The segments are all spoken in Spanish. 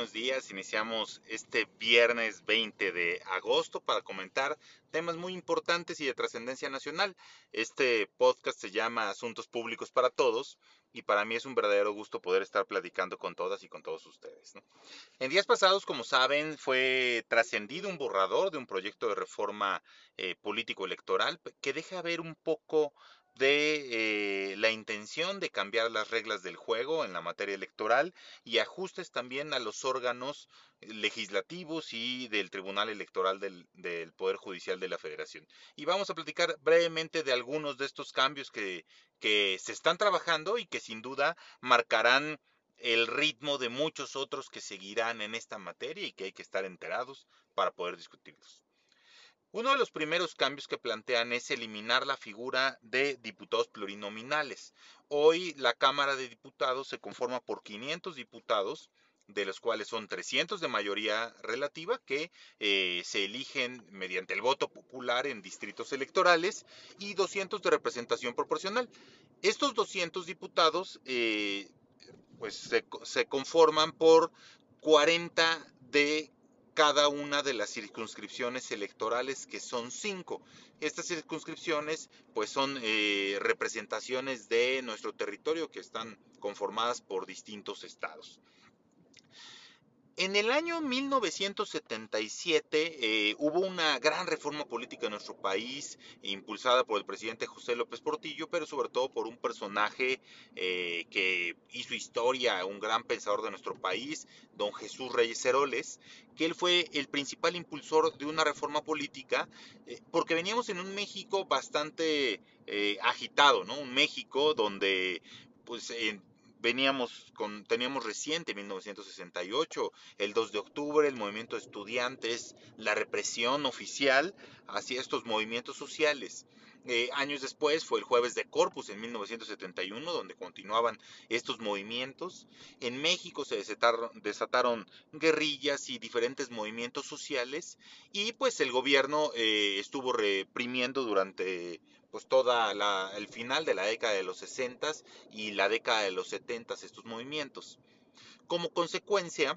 buenos días. Iniciamos este viernes 20 de agosto para comentar temas muy importantes y de trascendencia nacional. Este podcast se llama Asuntos Públicos para Todos y para mí es un verdadero gusto poder estar platicando con todas y con todos ustedes, ¿no? En días pasados, como saben, fue trascendido un borrador de un proyecto de reforma político-electoral que deja ver un poco de la intención de cambiar las reglas del juego en la materia electoral y ajustes también a los órganos legislativos y del Tribunal Electoral del Poder Judicial de la Federación. Y vamos a platicar brevemente de algunos de estos cambios que se están trabajando y que sin duda marcarán el ritmo de muchos otros que seguirán en esta materia y que hay que estar enterados para poder discutirlos. Uno de los primeros cambios que plantean es eliminar la figura de diputados plurinominales. Hoy la Cámara de Diputados se conforma por 500 diputados, de los cuales son 300 de mayoría relativa que se eligen mediante el voto popular en distritos electorales y 200 de representación proporcional. Estos 200 diputados pues se conforman por 40 de cada una de las circunscripciones electorales, que son 5. Estas circunscripciones pues son representaciones de nuestro territorio que están conformadas por distintos estados. En el año 1977 hubo una gran reforma política en nuestro país, impulsada por el presidente José López Portillo, pero sobre todo por un personaje que hizo historia, un gran pensador de nuestro país, don Jesús Reyes Heroles, que él fue el principal impulsor de una reforma política, porque veníamos en un México bastante agitado, ¿no? Un México donde pues teníamos reciente 1968, el 2 de octubre, el movimiento de estudiantes, la represión oficial hacia estos movimientos sociales. Años después fue el jueves de Corpus en 1971, donde continuaban estos movimientos. En México se desataron guerrillas y diferentes movimientos sociales y pues el gobierno estuvo reprimiendo durante pues el final de la década de los 60 y la década de los 70 estos movimientos. Como consecuencia,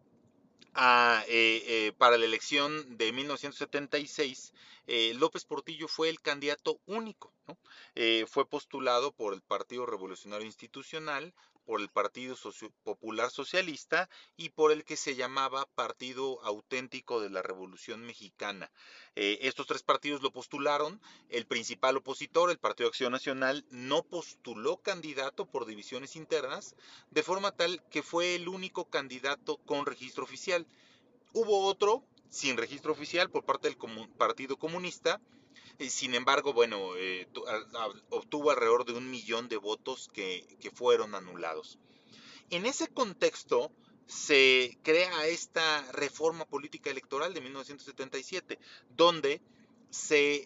para la elección de 1976, López Portillo fue el candidato único, ¿no? Fue postulado por el Partido Revolucionario Institucional, por el Partido Popular Socialista y por el que se llamaba Partido Auténtico de la Revolución Mexicana. Estos tres partidos lo postularon. El principal opositor, el Partido Acción Nacional, no postuló candidato por divisiones internas, de forma tal que fue el único candidato con registro oficial. Hubo otro sin registro oficial por parte del Partido Comunista. Sin embargo, bueno, obtuvo alrededor de 1 millón de votos que fueron anulados. En ese contexto se crea esta reforma política electoral de 1977, donde se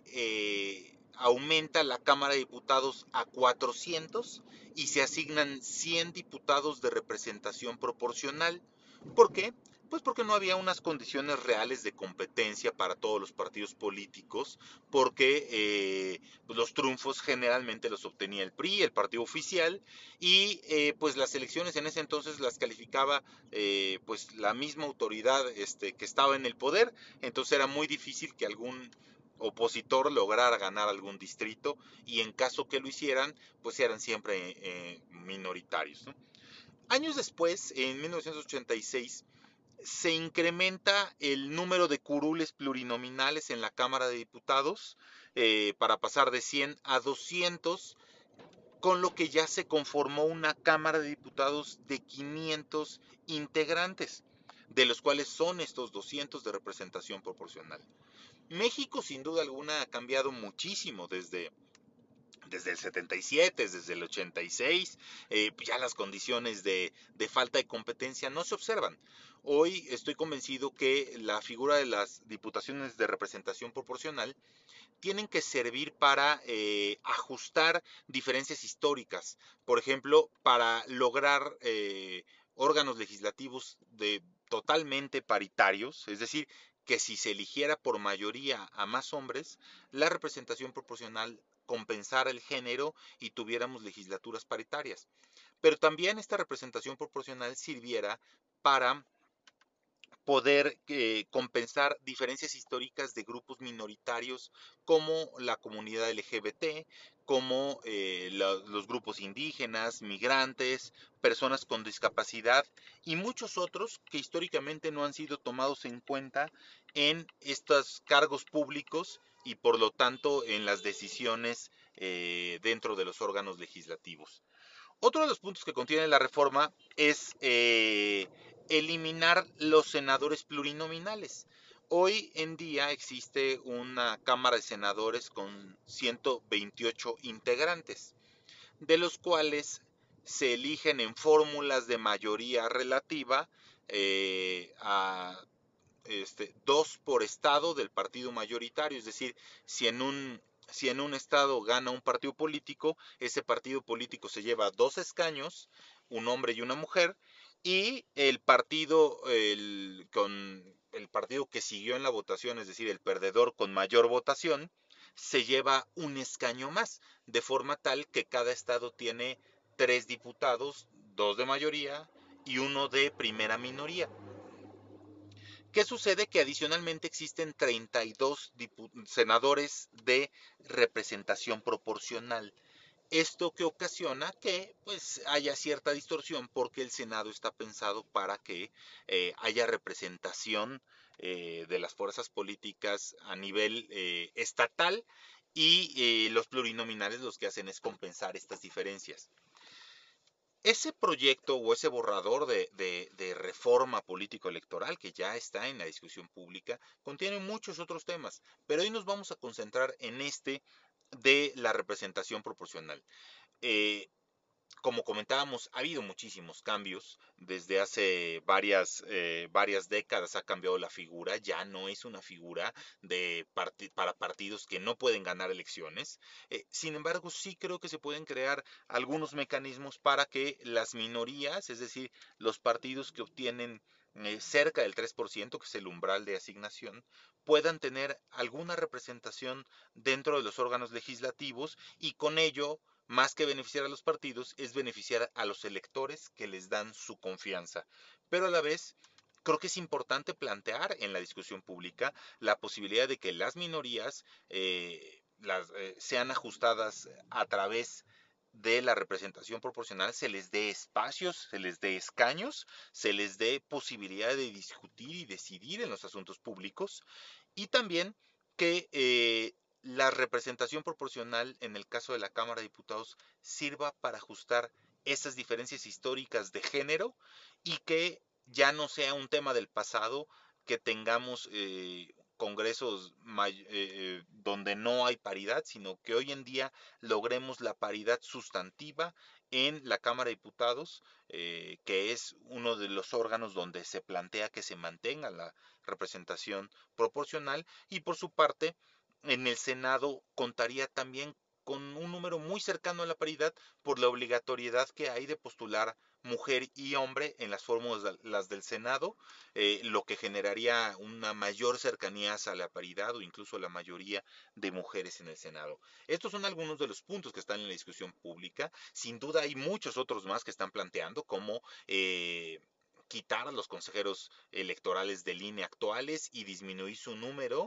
aumenta la Cámara de Diputados a 400 y se asignan 100 diputados de representación proporcional. ¿Por qué? Pues porque no había unas condiciones reales de competencia para todos los partidos políticos, porque pues los triunfos generalmente los obtenía el PRI, el partido oficial, y pues las elecciones en ese entonces las calificaba pues la misma autoridad que estaba en el poder, entonces era muy difícil que algún opositor lograra ganar algún distrito y en caso que lo hicieran pues eran siempre minoritarios, ¿no? Años después, en 1986, se incrementa el número de curules plurinominales en la Cámara de Diputados para pasar de 100 a 200, con lo que ya se conformó una Cámara de Diputados de 500 integrantes, de los cuales son estos 200 de representación proporcional. México sin duda alguna ha cambiado muchísimo desde el 77, desde el 86, pues ya las condiciones de falta de competencia no se observan. Hoy estoy convencido que la figura de las diputaciones de representación proporcional tienen que servir para ajustar diferencias históricas, por ejemplo, para lograr órganos legislativos totalmente paritarios, es decir, que si se eligiera por mayoría a más hombres, la representación proporcional compensara el género y tuviéramos legislaturas paritarias. Pero también esta representación proporcional sirviera para poder compensar diferencias históricas de grupos minoritarios como la comunidad LGBT, como los grupos indígenas, migrantes, personas con discapacidad y muchos otros que históricamente no han sido tomados en cuenta en estos cargos públicos y por lo tanto en las decisiones dentro de los órganos legislativos. Otro de los puntos que contiene la reforma es eliminar los senadores plurinominales. Hoy en día existe una Cámara de Senadores con 128 integrantes, de los cuales se eligen en fórmulas de mayoría relativa a dos por estado del partido mayoritario, es decir, si en un si en un estado gana un partido político, ese partido político se lleva 2 escaños, un hombre y una mujer, y el partido que siguió en la votación, es decir, el perdedor con mayor votación, se lleva un escaño más, de forma tal que cada estado tiene 3 diputados, 2 de mayoría y uno de primera minoría. ¿Qué sucede? Que adicionalmente existen 32 senadores de representación proporcional. Esto que ocasiona que pues haya cierta distorsión porque el Senado está pensado para que haya representación de las fuerzas políticas a nivel estatal y los plurinominales los que hacen es compensar estas diferencias. Ese proyecto o ese borrador de reforma político-electoral que ya está en la discusión pública contiene muchos otros temas, pero hoy nos vamos a concentrar en este de la representación proporcional. Eh, Como comentábamos, ha habido muchísimos cambios. Desde hace varias décadas ha cambiado la figura. Ya no es una figura para partidos que no pueden ganar elecciones. Sin embargo, sí creo que se pueden crear algunos mecanismos para que las minorías, es decir, los partidos que obtienen cerca del 3%, que es el umbral de asignación, puedan tener alguna representación dentro de los órganos legislativos y con ello más que beneficiar a los partidos, es beneficiar a los electores que les dan su confianza. Pero a la vez, creo que es importante plantear en la discusión pública la posibilidad de que las minorías sean ajustadas a través de la representación proporcional, se les dé espacios, se les dé escaños, se les dé posibilidad de discutir y decidir en los asuntos públicos y también que la representación proporcional en el caso de la Cámara de Diputados sirva para ajustar esas diferencias históricas de género y que ya no sea un tema del pasado que tengamos congresos donde no hay paridad, sino que hoy en día logremos la paridad sustantiva en la Cámara de Diputados, que es uno de los órganos donde se plantea que se mantenga la representación proporcional y por su parte en el Senado contaría también con un número muy cercano a la paridad por la obligatoriedad que hay de postular mujer y hombre en las fórmulas del Senado, lo que generaría una mayor cercanía a la paridad o incluso a la mayoría de mujeres en el Senado. Estos son algunos de los puntos que están en la discusión pública. Sin duda hay muchos otros más que están planteando, como quitar a los consejeros electorales del INE actuales y disminuir su número,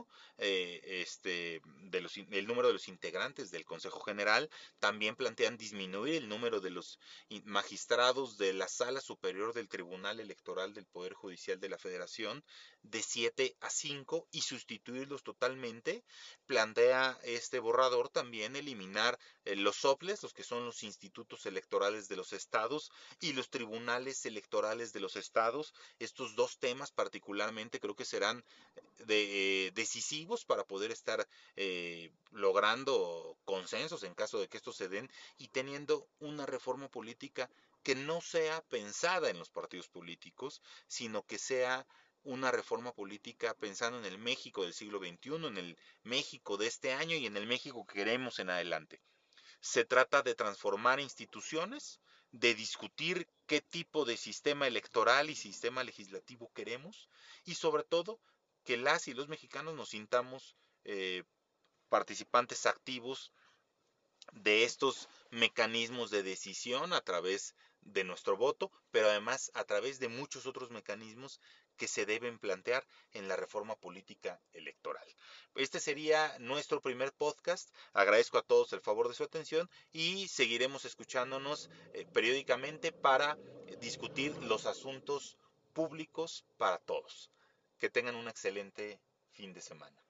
el número de los integrantes del Consejo General. También plantean disminuir el número de los magistrados de la Sala Superior del Tribunal Electoral del Poder Judicial de la Federación de 7 a 5 y sustituirlos totalmente. Plantea este borrador también eliminar los soples, los que son los institutos electorales de los estados, y los tribunales electorales de los estados. Estos dos temas particularmente creo que serán decisivos para poder estar logrando consensos en caso de que estos se den y teniendo una reforma política que no sea pensada en los partidos políticos, sino que sea una reforma política pensando en el México del siglo XXI, en el México de este año y en el México que queremos en adelante. Se trata de transformar instituciones, de discutir qué tipo de sistema electoral y sistema legislativo queremos y sobre todo que las y los mexicanos nos sintamos participantes activos de estos mecanismos de decisión a través de nuestro voto, pero además a través de muchos otros mecanismos que se deben plantear en la reforma política electoral. Este sería nuestro primer podcast. Agradezco a todos el favor de su atención y seguiremos escuchándonos periódicamente para discutir los asuntos públicos para todos. Que tengan un excelente fin de semana.